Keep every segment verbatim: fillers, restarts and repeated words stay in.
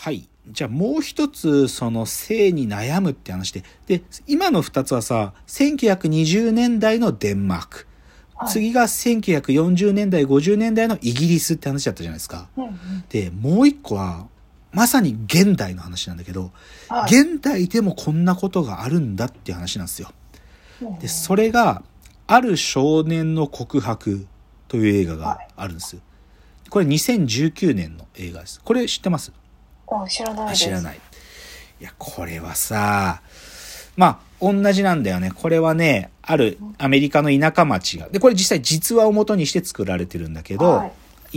はい。じゃあもう一つ、その性に悩むって話で。で、今の二つはさ、せんきゅうひゃくにじゅうねんだいのデンマーク。はい、次がせんきゅうひゃくよんじゅうねんだい、ごじゅうねんだいのイギリスって話だったじゃないですか。うんうん、で、もう一個は、まさに現代の話なんだけど、はい、現代でもこんなことがあるんだっていう話なんですよ。で、それが、ある少年の告白という映画があるんです。これにせんじゅうきゅうねんの映画です。これ知ってます？ あ、知らないです。 知らない。いや、これはさ、まあ、同じなんだよね。これはね、あるアメリカの田舎町が、で、これ実際実話を元にして作られてるんだけど、はい、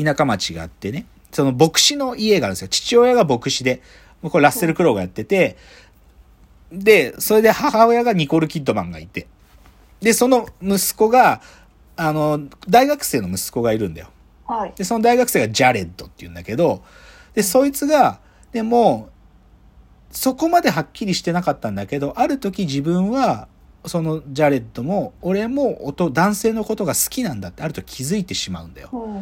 田舎町があってね、その牧師の家があるんですよ。父親が牧師で、これラッセル・クロウがやってて、うん、で、それで母親がニコール・キッドマンがいて、で、その息子が、あの、大学生の息子がいるんだよ。 はい、 で、その大学生がジャレッドって言うんだけど、で、そいつが、でも、そこまではっきりしてなかったんだけど、ある時自分は、そのジャレッドも、俺も男性のことが好きなんだって、ある時気づいてしまうんだよ。うんうん、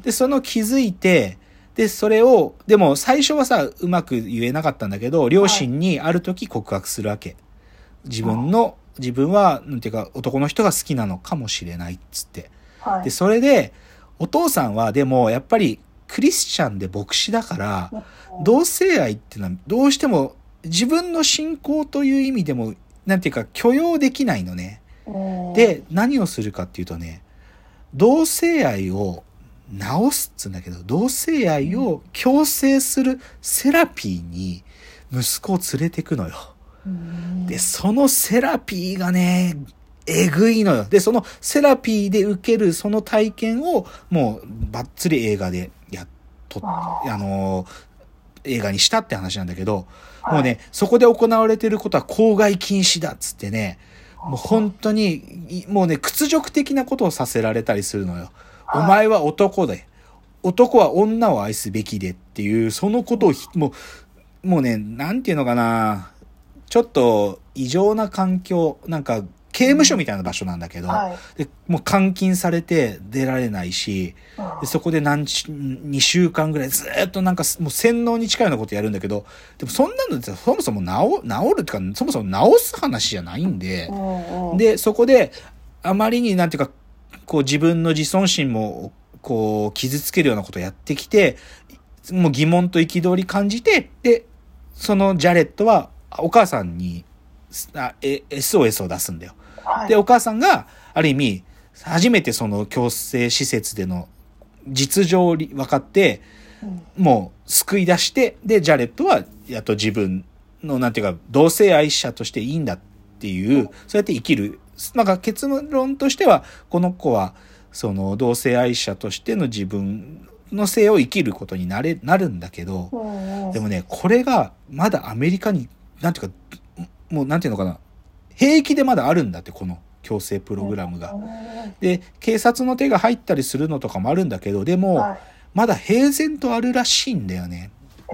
で、その気づいて、で、それを、でも最初はさ、うまく言えなかったんだけど、両親にある時告白するわけ。自分の、自分は、なんていうか、男の人が好きなのかもしれないっつって。はい、で、それで、お父さんはでも、やっぱり、クリスチャンで牧師だから、同性愛っていうのはどうしても自分の信仰という意味でも、なんていうか許容できないのね。で、何をするかっていうとね、同性愛を治すっつうんだけど、同性愛を強制するセラピーに息子を連れてくのよ。で、そのセラピーがね、えぐいのよ。で、そのセラピーで受けるその体験をもうバッツリ映画でやっと、あの、映画にしたって話なんだけど、はい、もうね、そこで行われてることは公害禁止だっつってね、もう本当に、もうね、屈辱的なことをさせられたりするのよ。はい、お前は男で、男は女を愛すべきでっていう、そのことを、もう、もうね、なんていうのかな、ちょっと異常な環境、なんか、刑務所みたいな場所なんだけど、はい、でもう監禁されて出られないし、でそこで何にしゅうかんぐらいずっとなんかもう洗脳に近いようなことやるんだけど、でもそんなのってそもそも治、治るっていうか、そもそも治す話じゃないんで、うんうん、で、そこであまりになんていうか、こう自分の自尊心もこう傷つけるようなことをやってきて、もう疑問と憤り感じて、で、そのジャレットはお母さんにあ エスオーエス を出すんだよ。はい、で、お母さんが、ある意味、初めてその矯正施設での実情を分かって、うん、もう救い出して、で、ジャレットは、やっと自分の、なんていうか、同性愛者としていいんだっていう、うん、そうやって生きる。なんか結論としては、この子は、その同性愛者としての自分の性を生きることになれ、なるんだけど、うん、でもね、これが、まだアメリカに、なんていうか、もうなんていうのかな、平気でまだあるんだって、この強制プログラムが。で、警察の手が入ったりするのとかもあるんだけど、でも、はい、まだ平然とあるらしいんだよね。うん、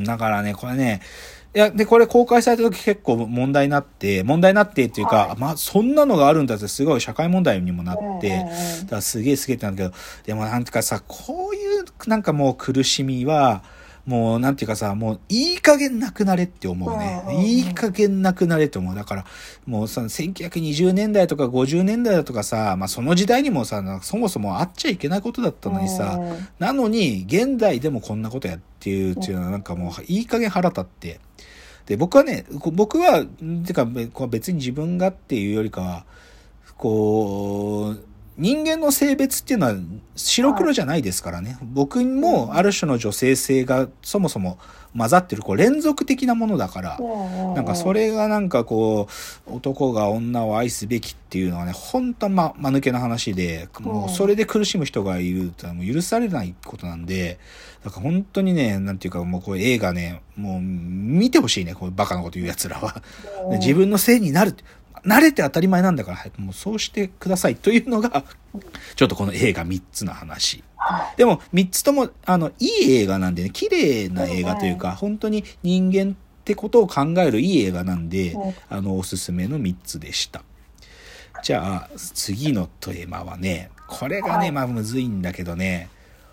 だからね、これね、いや、で、これ公開された時結構問題になって、問題になってっていうか、はい、まあ、そんなのがあるんだってすごい社会問題にもなって、だからすげえすげえってなんだけど、でもなんていうかさ、こういうなんかもう苦しみは、もうなんていうかさ、もういい加減なくなれって思うね。いい加減なくなれって思う。だから、もうさ、せんきゅうひゃくにじゅうねんだいとかごじゅうねんだいだとかさ、まあその時代にもさ、そもそもあっちゃいけないことだったのにさ、なのに現代でもこんなことやっていうっていうのはなんかもういい加減腹立って。で、僕はね、僕は、てか別に自分がっていうよりかは、こう、人間の性別っていうのは白黒じゃないですからね。はい、僕もある種の女性性がそもそも混ざってる、こう連続的なものだから、なんかそれがなんかこう、男が女を愛すべきっていうのはね、本当ま、間抜けな話で、もうそれで苦しむ人がいるってのはもう許されないことなんで、だから本当にね、なんていうかもうこう映画ね、もう見てほしいね、こういうバカなこと言う奴らは。自分のせいになるって。慣れて当たり前なんだから、はい、もうそうしてくださいというのが、ちょっとこの映画みっつの話。でもみっつとも、あの、いい映画なんでね、綺麗な映画というか、本当に人間ってことを考えるいい映画なんで、あの、おすすめのみっつでした。じゃあ、次のテーマはね、これがね、まあむずいんだけどね、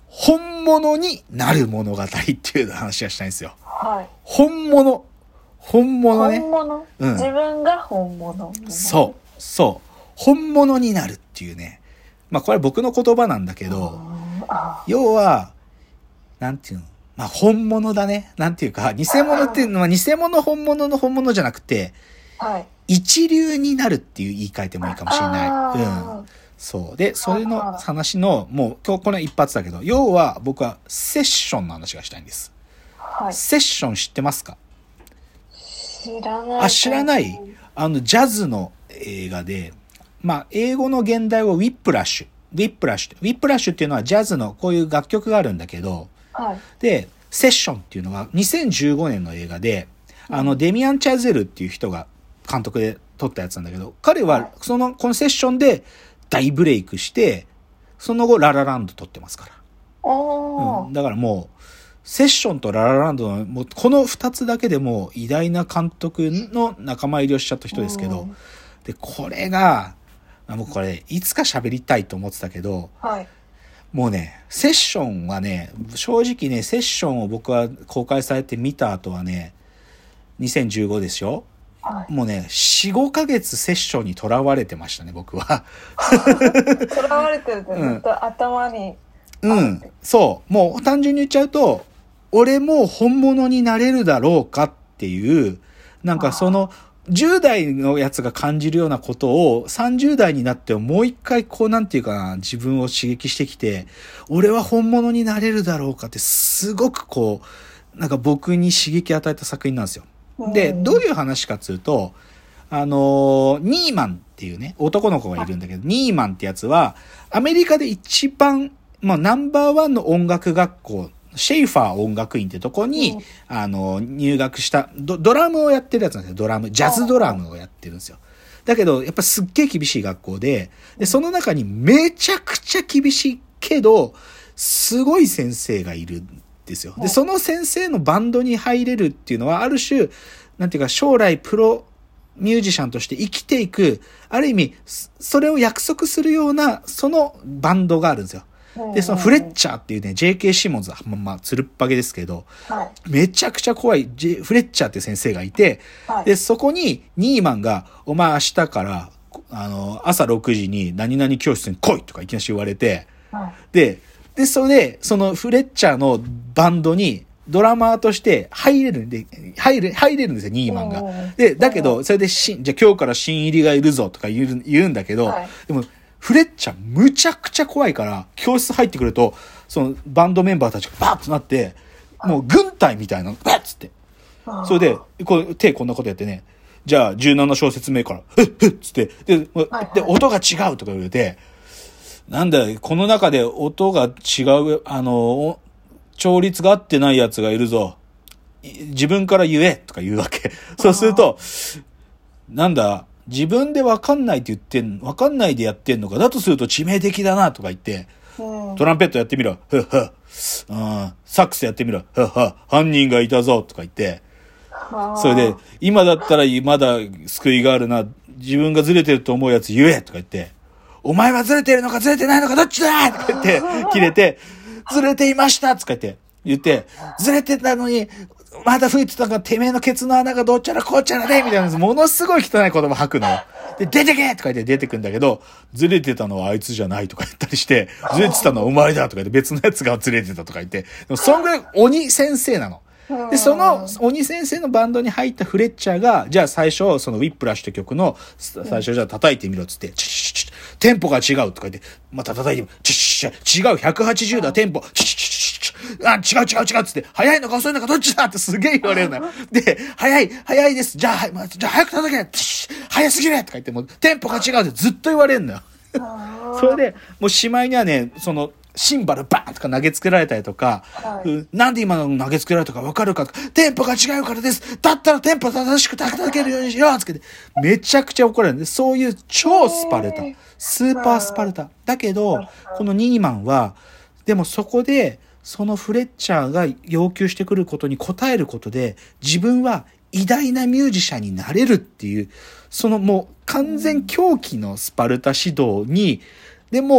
本物になる物語っていう話がしたいんですよ。 はい。 本物。本物ね。 本物、うん、自分が本物。 そう。そう。本物になるっていうね。まあこれ僕の言葉なんだけど、要は、なんていうの、まあ本物だね。なんていうか、偽物っていうのは偽物本物の本物じゃなくて、 はい、 一流になるっていう言い換えてもいいかもしれない。うん。そう。で、それの話の、もう今日これ一発だけど、要は僕はセッションの話がしたいんです。はい、セッション知ってますか？ 知らない。 あ、知らない？あの、ジャズの映画で、まあ、英語の現代はウィップラッシュ。ウィップラッシュ。ウィップラッシュっていうのはジャズのこういう楽曲があるんだけど、はい、で、セッションっていうのはにせんじゅうごねんの映画で、うん、あの、デミアン・チャゼルっていう人が監督で撮ったやつなんだけど、彼はその、このセッションで大ブレイクして、その後ララランド撮ってますから。うん、だからもう、セッションとララランドの、もうこの二つだけでも偉大な監督の仲間入りをしちゃった人ですけど、で、これが、もうこれ、いつか喋りたいと思ってたけど、はい、もうね、セッションはね、正直ね、セッションを僕は公開されて見た後はね、にせんじゅうごですよ。はい、もうね、よん、ごかげつセッションにとらわれてましたね、僕は。 とらわれてるってずっと頭に、 うん。うん。そう。もう単純に言っちゃうと、俺も本物になれるだろうかっていう、なんかその、じゅう代のやつが感じるようなことをさんじゅう代になってもう一回こうなんていうかな、自分を刺激してきて、俺は本物になれるだろうかってすごくこう、なんか僕に刺激与えた作品なんですよ。で、どういう話かっていうと、あの、ニーマンっていうね、男の子がいるんだけど、ニーマンってやつは、アメリカで一番、まあナンバーワンの音楽学校、シェイファー音楽院ってとこに、うん、あの、入学したド、ドラムをやってるやつなんですよ。ドラム、ジャズドラムをやってるんですよ。だけど、やっぱすっげえ厳しい学校で、で、その中にめちゃくちゃ厳しいけど、すごい先生がいるんですよ。で、その先生のバンドに入れるっていうのは、ある種、なんていうか、将来プロミュージシャンとして生きていく、ある意味、それを約束するような、そのバンドがあるんですよ。で、そのフレッチャーっていうね、ジェイケー シモンズは、まあ、まあ、つるっぱげですけど、はい、めちゃくちゃ怖い、J、フレッチャーっていう先生がいて、はい、で、そこにニーマンが、お前明日から、あの、朝ろくじに何々教室に来いとかいきなり言われて、はい、で、で、それで、そのフレッチャーのバンドに、ドラマーとして入れるんで、入れ、入れるんですよ、ニーマンが。で、だけど、それでし、じゃあ今日から新入りがいるぞとか言う、言うんだけど、はい、でも、フレッチャーむちゃくちゃ怖いから、教室入ってくると、そのバンドメンバーたちがバーッとなって、もう軍隊みたいなの、バッつって。それで、こう手こんなことやってね、じゃあじゅうなな小節目から、ふっふっつって、で、で、音が違うとか言われて、なんだよ、この中で音が違う、あの、調律が合ってないやつがいるぞ。自分から言えとか言うわけ。そうすると、なんだ、自分で分かんないって言ってん、分かんないでやってんのか。だとすると致命的だなとか言って、トランペットやってみろ。ふっは。うん。サックスやってみろ。ふっは。犯人がいたぞとか言って、それで、今だったらまだ救いがあるな。自分がずれてると思うやつ言えとか言って、お前はずれてるのかずれてないのかどっちだとか言って、切れて、ずれていましたとか言って、言って、ずれてたのに、まだ吹いてたから、てめえのケツの穴がどっちゃらこっちゃらで、みたいな、ものすごい汚い言葉吐くの。で、出てけとか言って出てくんだけど、ずれてたのはあいつじゃないとか言ったりして、ずれてたのはお前だとか言って、別のやつがずれてたとか言って、でもそんぐらい鬼先生なの。で、その鬼先生のバンドに入ったフレッチャーが、じゃあ最初、そのウィップラッシュって曲の、最初じゃあ叩いてみろっつって、チッチッチッテンポが違うとか言って、また叩いてみろ、チッチッチッ違う、ひゃくはちじゅうだ、テンポ、チッチッチッあ、違う違う違うっつって、早いのか遅いのかどっちだってすげえ言われるのよ。で、早い、早いです。じゃあ、はいまあ、じゃあ早く叩け早すぎるとか言って、もうテンポが違うってずっと言われるのよ。それで、もうしまいにはね、その、シンバルバーンとか投げつけられたりとか、はい、なんで今の投げつけられたか分かるかとか、テンポが違うからです。だったらテンポ正しく叩けるようにしようつって、めちゃくちゃ怒られるんで、そういう超スパルタ。スーパースパルタ。だけど、このニーマンは、でもそこで、そのフレッチャーが要求してくることに応えることで、自分は偉大なミュージシャンになれるっていう、そのもう完全狂気のスパルタ指導に、でも、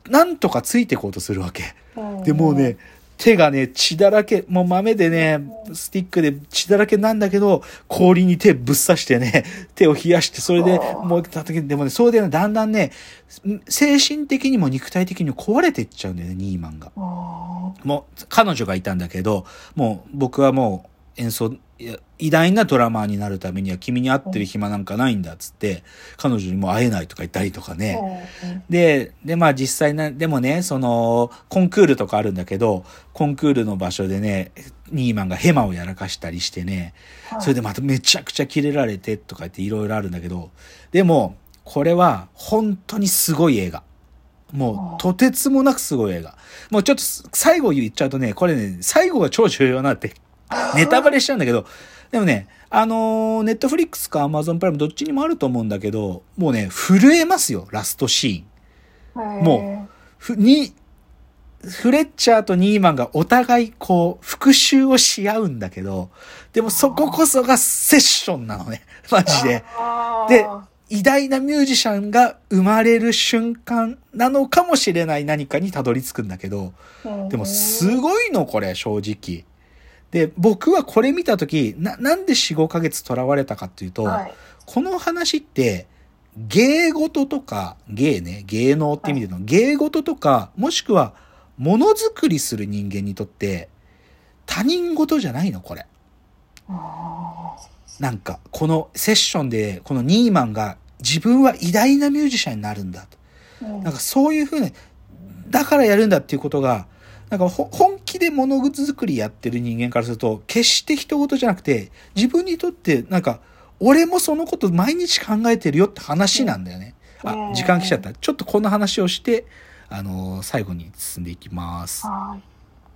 なんとかついていこうとするわけ。 うんで、もうね、手がね、血だらけ、もう豆でね、スティックで血だらけなんだけど、氷に手ぶっ刺してね、手を冷やして、それでもうた時でもね、そうでね、だんだんね、精神的にも肉体的にも壊れていっちゃうんだよね、ニーマンが。もう、彼女がいたんだけど、もう僕はもう演奏、偉大なドラマーになるためには君に会ってる暇なんかないんだっつって、彼女にも会えないとか言ったりとかね。で、で、まあ実際な、でもね、その、コンクールとかあるんだけど、コンクールの場所でね、ニーマンがヘマをやらかしたりしてね、それでまためちゃくちゃキレられてとか言っていろいろあるんだけど、でも、これは本当にすごい映画。もう、とてつもなくすごい映画。もうちょっと最後言っちゃうとね、これね、最後が超重要なんて、ネタバレしちゃうんだけど、でもね、あのー、ネットフリックスかアマゾンプライムどっちにもあると思うんだけど、もうね、震えますよ、ラストシーン。もう、ふ、に、フレッチャーとニーマンがお互いこう、復讐をし合うんだけど、でもそここそがセッションなのね、マジで。で、偉大なミュージシャンが生まれる瞬間なのかもしれない何かにたどり着くんだけど、でもすごいのこれ、正直。で、僕はこれ見たとき、な、なんでよん、ごかげつ囚われたかっていうと、はい、この話って、芸事とか、芸ね、芸能って意味での、はい、芸事とか、もしくは、ものづくりする人間にとって、他人事じゃないの、これ。なんか、このセッションで、このニーマンが、自分は偉大なミュージシャンになるんだと。うん、なんかそういうふうに、だからやるんだっていうことが、なんか本気で物づくりやってる人間からすると、決して人事じゃなくて、自分にとってなんか、俺もそのこと毎日考えてるよって話なんだよね。あ、時間来ちゃった。ちょっとこんな話をして、あのー、最後に進んでいきます。はい。